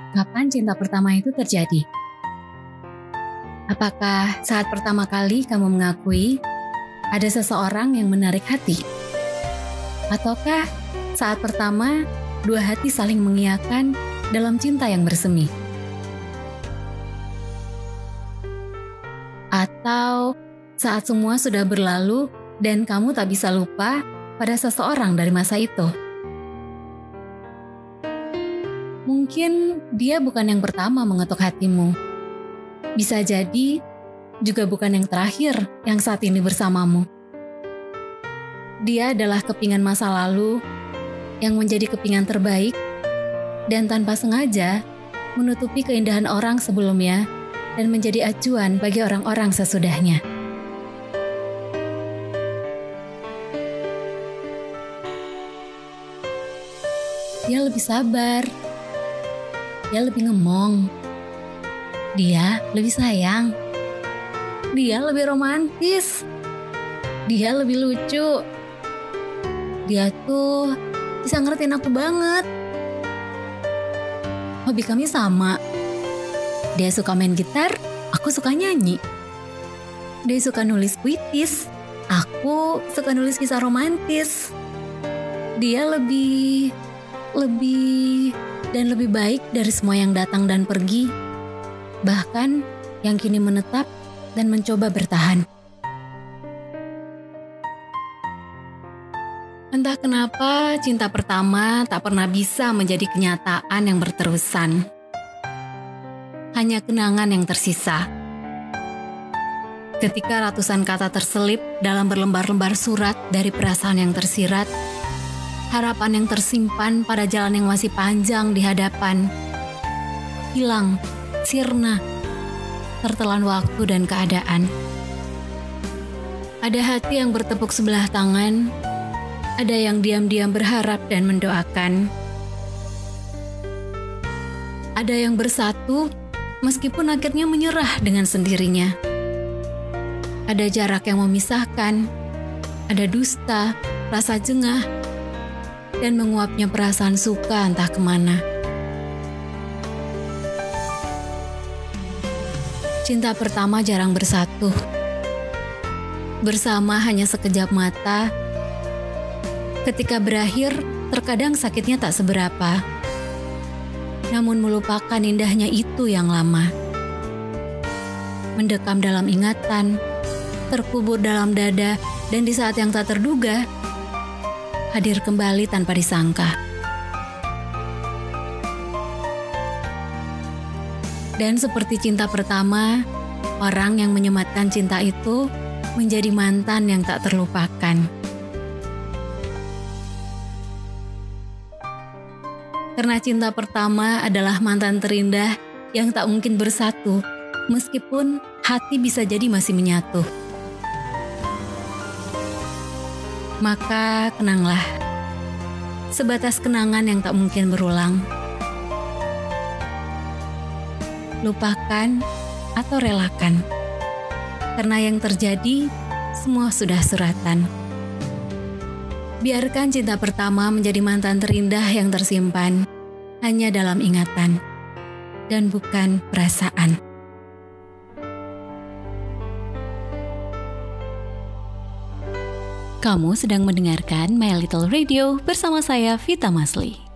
Kapan cinta pertama itu terjadi? Apakah saat pertama kali kamu mengakui ada seseorang yang menarik hati? Ataukah saat pertama dua hati saling mengiyakan dalam cinta yang bersemi? Atau saat semua sudah berlalu dan kamu tak bisa lupa pada seseorang dari masa itu? Mungkin dia bukan yang pertama mengetuk hatimu. Bisa jadi juga bukan yang terakhir yang saat ini bersamamu. Dia adalah kepingan masa lalu yang menjadi kepingan terbaik dan tanpa sengaja menutupi keindahan orang sebelumnya dan menjadi acuan bagi orang-orang sesudahnya. Dia lebih sabar. Dia lebih ngemong. Dia lebih sayang. Dia lebih romantis. Dia lebih lucu. Dia tuh bisa ngertiin aku banget. Hobi kami sama. Dia suka main gitar, aku suka nyanyi. Dia suka nulis puitis, aku suka nulis kisah romantis. Dia lebih baik dari semua yang datang dan pergi, bahkan yang kini menetap dan mencoba bertahan. Entah kenapa cinta pertama tak pernah bisa menjadi kenyataan yang berterusan. Hanya kenangan yang tersisa. Ketika ratusan kata terselip dalam berlembar-lembar surat dari perasaan yang tersirat, harapan yang tersimpan pada jalan yang masih panjang di hadapan, hilang, sirna, tertelan waktu dan keadaan. Ada hati yang bertepuk sebelah tangan, ada yang diam-diam berharap dan mendoakan. Ada yang bersatu, meskipun akhirnya menyerah dengan sendirinya. Ada jarak yang memisahkan, ada dusta, rasa jengah, dan menguapnya perasaan suka entah kemana. Cinta pertama jarang bersatu. Bersama hanya sekejap mata. Ketika berakhir, terkadang sakitnya tak seberapa. Namun melupakan indahnya itu yang lama. Mendekam dalam ingatan, terkubur dalam dada, dan di saat yang tak terduga, hadir kembali tanpa disangka. Dan seperti cinta pertama, orang yang menyematkan cinta itu menjadi mantan yang tak terlupakan. Karena cinta pertama adalah mantan terindah yang tak mungkin bersatu, meskipun hati bisa jadi masih menyatu. Maka kenanglah, sebatas kenangan yang tak mungkin berulang. Lupakan atau relakan, karena yang terjadi semua sudah suratan. Biarkan cinta pertama menjadi mantan terindah yang tersimpan hanya dalam ingatan dan bukan perasaan. Kamu sedang mendengarkan My Little Radio bersama saya, Vita Masli.